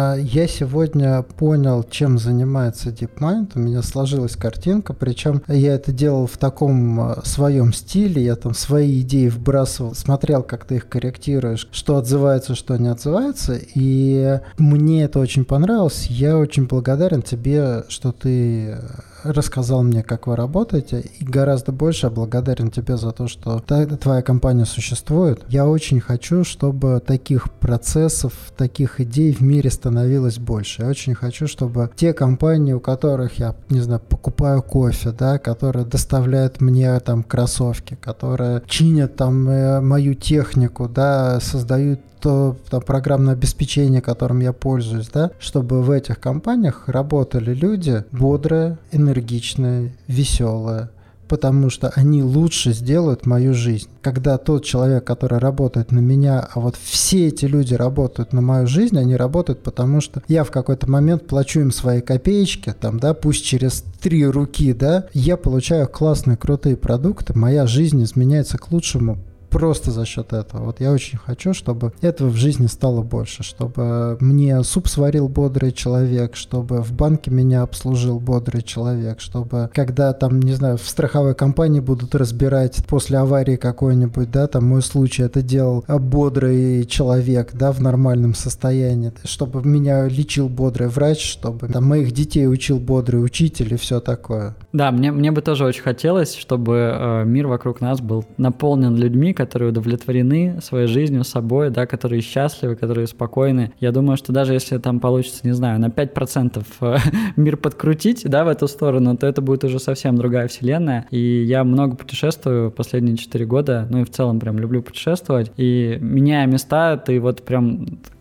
[SPEAKER 1] Я сегодня понял, чем занимается DeepMind. У меня сложилась картинка, причем я это делал в таком своем стиле, я там свои идеи вбрасывал, смотрел, как ты их корректируешь, что отзывается, что не отзывается, и мне это очень понравилось. Я очень благодарен тебе, что ты рассказал мне, как вы работаете, и гораздо больше благодарен тебе за то, что твоя компания существует. Я очень хочу, чтобы таких процессов, таких идей в мире становилось больше. Я очень хочу, чтобы те компании, у которых я, не знаю, покупаю кофе, да, которые доставляют мне там кроссовки, которые чинят там мою технику, да, создают то там, программное обеспечение, которым я пользуюсь, да, чтобы в этих компаниях работали люди бодрые, энергичные, веселые, потому что они лучше сделают мою жизнь. Когда тот человек, который работает на меня, а вот все эти люди работают на мою жизнь, они работают, потому что я в какой-то момент плачу им свои копеечки, там, да, пусть через 3 руки, да, я получаю классные, крутые продукты, моя жизнь изменяется к лучшему. Просто за счет этого. Вот я очень хочу, чтобы этого в жизни стало больше, чтобы мне суп сварил бодрый человек, чтобы в банке меня обслужил бодрый человек, чтобы когда там, не знаю, в страховой компании будут разбирать после аварии какой-нибудь, да, там мой случай, это делал бодрый человек, да, в нормальном состоянии, чтобы меня лечил бодрый врач, чтобы там моих детей учил бодрый учитель и все такое.
[SPEAKER 2] Да, мне бы тоже очень хотелось, чтобы мир вокруг нас был наполнен людьми, которые удовлетворены своей жизнью, собой, да, которые счастливы, которые спокойны. Я думаю, что даже если там получится, не знаю, на 5% мир подкрутить, да, в эту сторону, то это будет уже совсем другая вселенная. И я много путешествую последние 4 года, ну и в целом прям люблю путешествовать. И меняя места, ты вот прям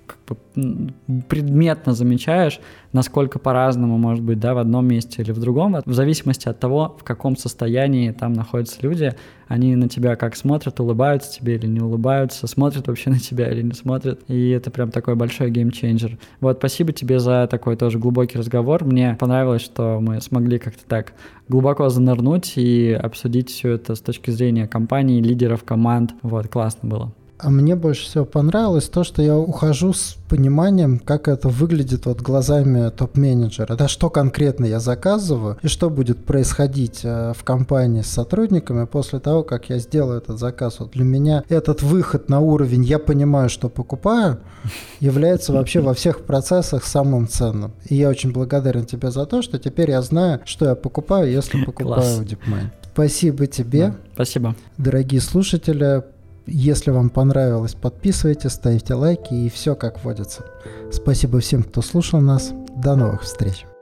[SPEAKER 2] предметно замечаешь, насколько по-разному может быть, да, в одном месте или в другом, в зависимости от того, в каком состоянии там находятся люди, они на тебя как смотрят, улыбаются тебе или не улыбаются, смотрят вообще на тебя или не смотрят, и это прям такой большой геймчейнджер. Вот, спасибо тебе за такой тоже глубокий разговор, мне понравилось, что мы смогли как-то так глубоко занырнуть и обсудить все это с точки зрения компаний, лидеров команд, вот, классно было.
[SPEAKER 1] А мне больше всего понравилось то, что я ухожу с пониманием, как это выглядит вот глазами топ-менеджера. Да, что конкретно я заказываю и что будет происходить в компании с сотрудниками после того, как я сделаю этот заказ. Вот для меня этот выход на уровень «я понимаю, что покупаю» является вообще во всех процессах самым ценным. И я очень благодарен тебе за то, что теперь я знаю, что я покупаю, если покупаю у DeepMind. Спасибо тебе.
[SPEAKER 2] Да, спасибо.
[SPEAKER 1] Дорогие слушатели, если вам понравилось, подписывайтесь, ставьте лайки и все как водится. Спасибо всем, кто слушал нас. До новых встреч.